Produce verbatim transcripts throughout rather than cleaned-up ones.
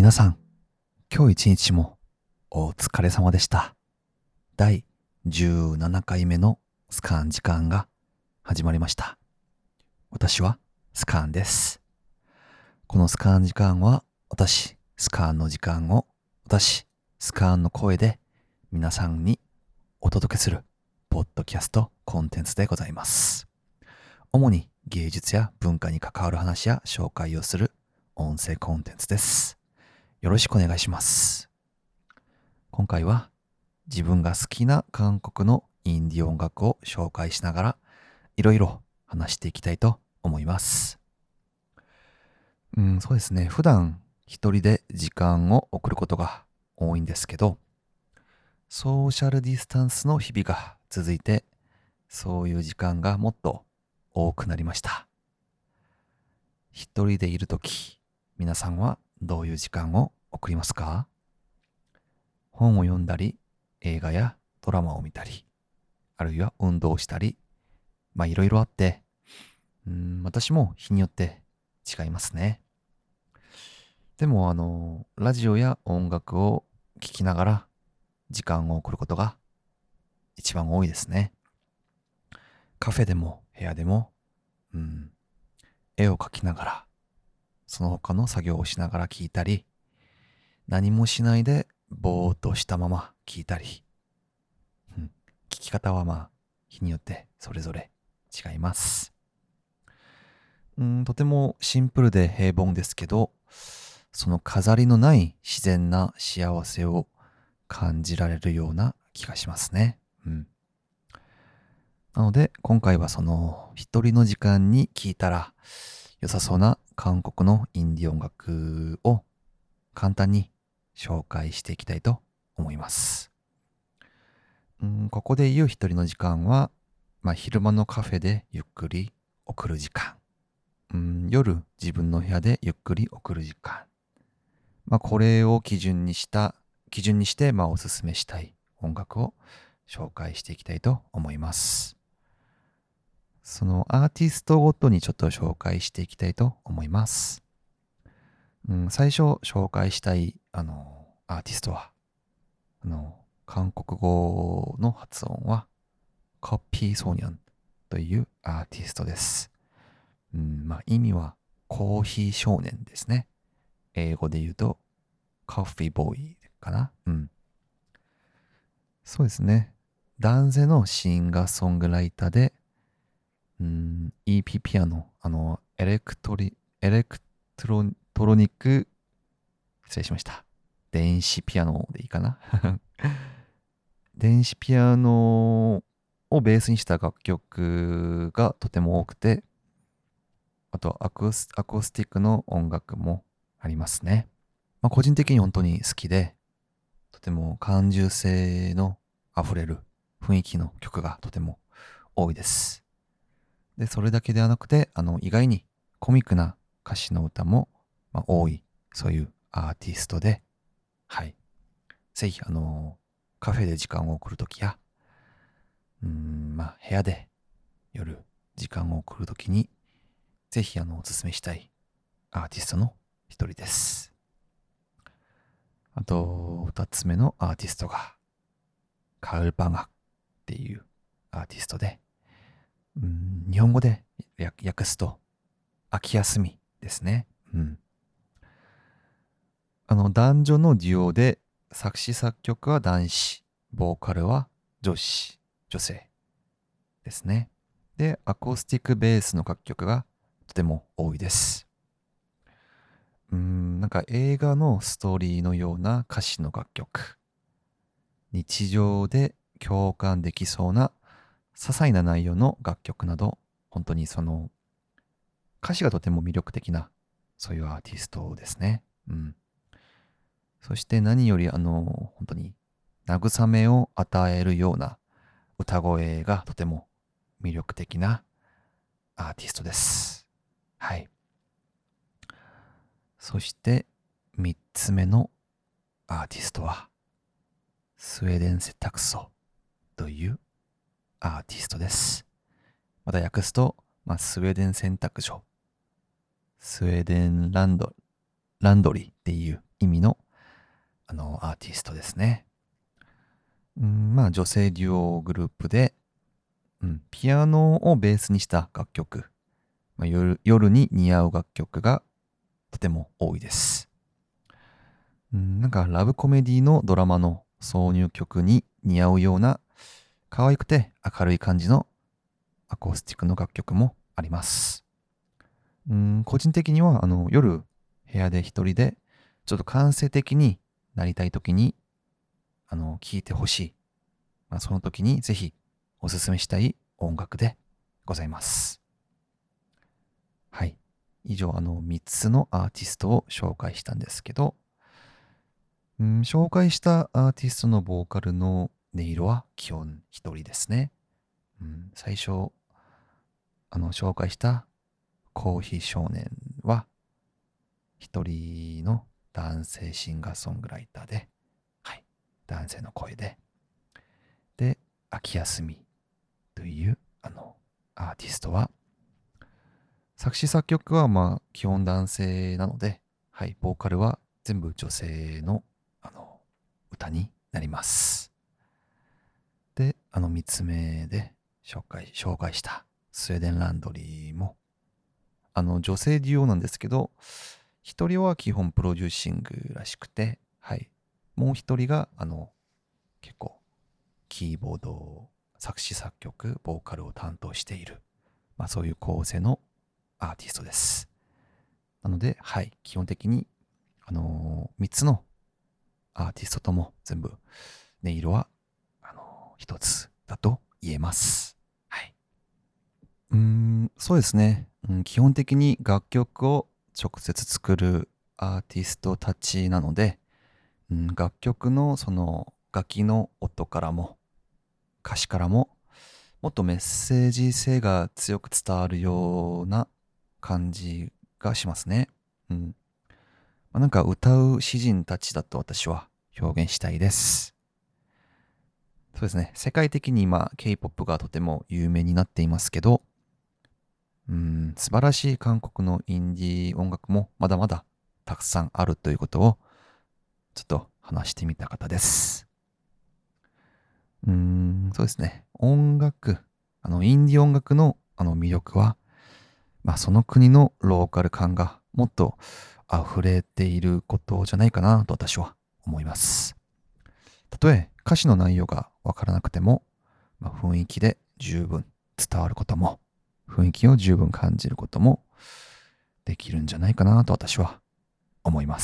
皆さん、今日一日もお疲れ様でした。だいじゅうななかいめのスカーン時間が始まりました。私はスカーンです。このスカーン時間は私、スカーンの時間を私、スカーンの声で皆さんにお届けするポッドキャストコンテンツでございます。主に芸術や文化に関わる話や紹介をする音声コンテンツです。よろしくお願いします。今回は自分が好きな韓国のインディ音楽を紹介しながらいろいろ話していきたいと思います。うん、そうですね。普段一人で時間を送ることが多いんですけど、ソーシャルディスタンスの日々が続いて、そういう時間がもっと多くなりました。一人でいるとき、皆さんはどういう時間を送りますか？本を読んだり、映画やドラマを見たり、あるいは運動したり、まあいろいろあって、うーん、私も日によって違いますね。でもあの、ラジオや音楽を聴きながら時間を送ることが一番多いですね。カフェでも部屋でも、うん、絵を描きながら、その他の作業をしながら聞いたり、何もしないでぼーっとしたまま聞いたり、うん、聞き方はまあ日によってそれぞれ違います。うん、とてもシンプルで平凡ですけど、その飾りのない自然な幸せを感じられるような気がしますね。うん、なので今回はその一人の時間に聞いたら良さそうな韓国のインディ音楽を簡単に紹介していきたいと思います。うん、ここで言う一人の時間は、まあ、昼間のカフェでゆっくり送る時間、うん、夜自分の部屋でゆっくり送る時間、まあ、これを基準にした基準にして、まあ、おすすめしたい音楽を紹介していきたいと思います。そのアーティストごとにちょっと紹介していきたいと思います。うん、最初紹介したいあのアーティストはあの韓国語の発音はコピーソニャンというアーティストです。うん、まあ意味はコーヒー少年ですね。英語で言うとコーヒーボーイかな。うん。そうですね。男性のシンガーソングライターで、うん、イーピー ピアノ、あの、エレクトリ、エレクトロトロニック、失礼しました。電子ピアノでいいかな。電子ピアノをベースにした楽曲がとても多くて、あとアコース、アコースティックの音楽もありますね。まあ、個人的に本当に好きで、とても感受性のあふれる雰囲気の曲がとても多いです。で、それだけではなくて、あの、意外にコミックな歌詞の歌も、まあ、多い、そういうアーティストで、はい。ぜひ、あの、カフェで時間を送るときや、うーん、まあ、部屋で夜時間を送るときに、ぜひ、あの、おすすめしたいアーティストの一人です。あと、二つ目のアーティストが、カウルバンガっていうアーティストで、うん、日本語で訳すと、秋休みですね。うん。あの、男女のデュオで、作詞作曲は男子、ボーカルは女子、女性ですね。で、アコースティックベースの楽曲がとても多いです。うーん、なんか映画のストーリーのような歌詞の楽曲。日常で共感できそうな些細な内容の楽曲など、本当にその歌詞がとても魅力的な、そういうアーティストですね。うん。そして何よりあの、本当に慰めを与えるような歌声がとても魅力的なアーティストです。はい。そして三つ目のアーティストはスウェーデンセタクソというアーティストです。また訳すと、まあ、スウェーデン洗濯所、スウェーデンランドランドリーっていう意味のあのアーティストですね。うん、まあ女性デュオグループで、うん、ピアノをベースにした楽曲、まあ、夜、夜に似合う楽曲がとても多いです。うん、なんかラブコメディのドラマの挿入曲に似合うような可愛くて明るい感じのアコースティックの楽曲もあります。うん、個人的にはあの夜部屋で一人でちょっと感性的になりたい時にあの聴いてほしい、まあ、その時にぜひおすすめしたい音楽でございます。はい。以上あのみっつのアーティストを紹介したんですけど、うん、紹介したアーティストのボーカルの音色は基本一人ですね。うん、最初あの紹介したコーヒー少年は一人の男性シンガーソングライターで、はい、男性の声で、で、秋休みというあのアーティストは、作詞作曲はまあ基本男性なので、はい、ボーカルは全部女性のあの歌になります。で、あのみっつめで紹介、紹介したスウェーデンランドリーも、あの女性デュオなんですけど、一人は基本プロデューシングらしくて、はい。もう一人が、あの、結構、キーボード、作詞作曲、ボーカルを担当している、まあそういう構成のアーティストです。なので、はい。基本的に、あのー、みっつのアーティストとも全部、音色は、あのー、一つだと言えます。はい。うーん、そうですね。うん、基本的に楽曲を直接作るアーティストたちなので、うん、楽曲のその楽器の音からも歌詞からももっとメッセージ性が強く伝わるような感じがしますね。うん。まあ、なんか歌う詩人たちだと私は表現したいです。そうですね。世界的に今 K-ポップ がとても有名になっていますけど、うん、素晴らしい韓国のインディー音楽もまだまだたくさんあるということをちょっと話してみた方です。うーん、そうですね。音楽、あの、インディー音楽のあの魅力は、まあその国のローカル感がもっと溢れていることじゃないかなと私は思います。たとえ歌詞の内容がわからなくても、まあ、雰囲気で十分伝わることも、雰囲気を十分感じることもできるんじゃないかなと私は思います。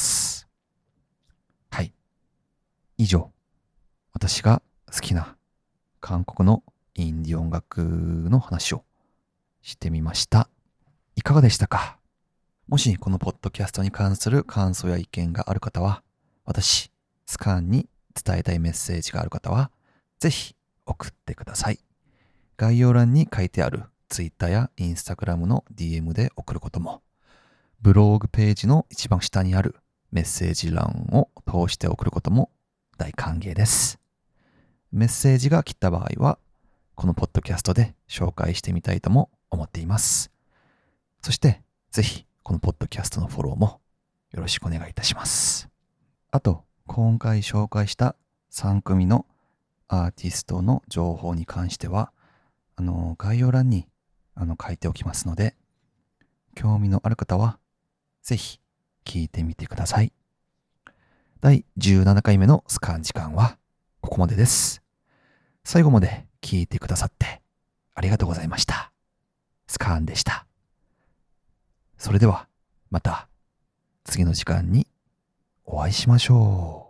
はい。以上、私が好きな韓国のインディ音楽の話をしてみました。いかがでしたか？もしこのポッドキャストに関する感想や意見がある方は、私、スカンに伝えたいメッセージがある方は、ぜひ送ってください。概要欄に書いてある Twitter や Instagram の ディーエム で送ることも、ブログページの一番下にあるメッセージ欄を通して送ることも大歓迎です。メッセージが来た場合は、このポッドキャストで紹介してみたいとも思っています。そして、ぜひ、このポッドキャストのフォローもよろしくお願いいたします。あと、今回紹介したさん組のアーティストの情報に関しては、あの、概要欄にあの書いておきますので、興味のある方は、ぜひ聞いてみてください。だいじゅうななかいめのスカン時間はここまでです。最後まで聞いてくださってありがとうございました。スカーンでした。それではまた次の時間にお会いしましょう。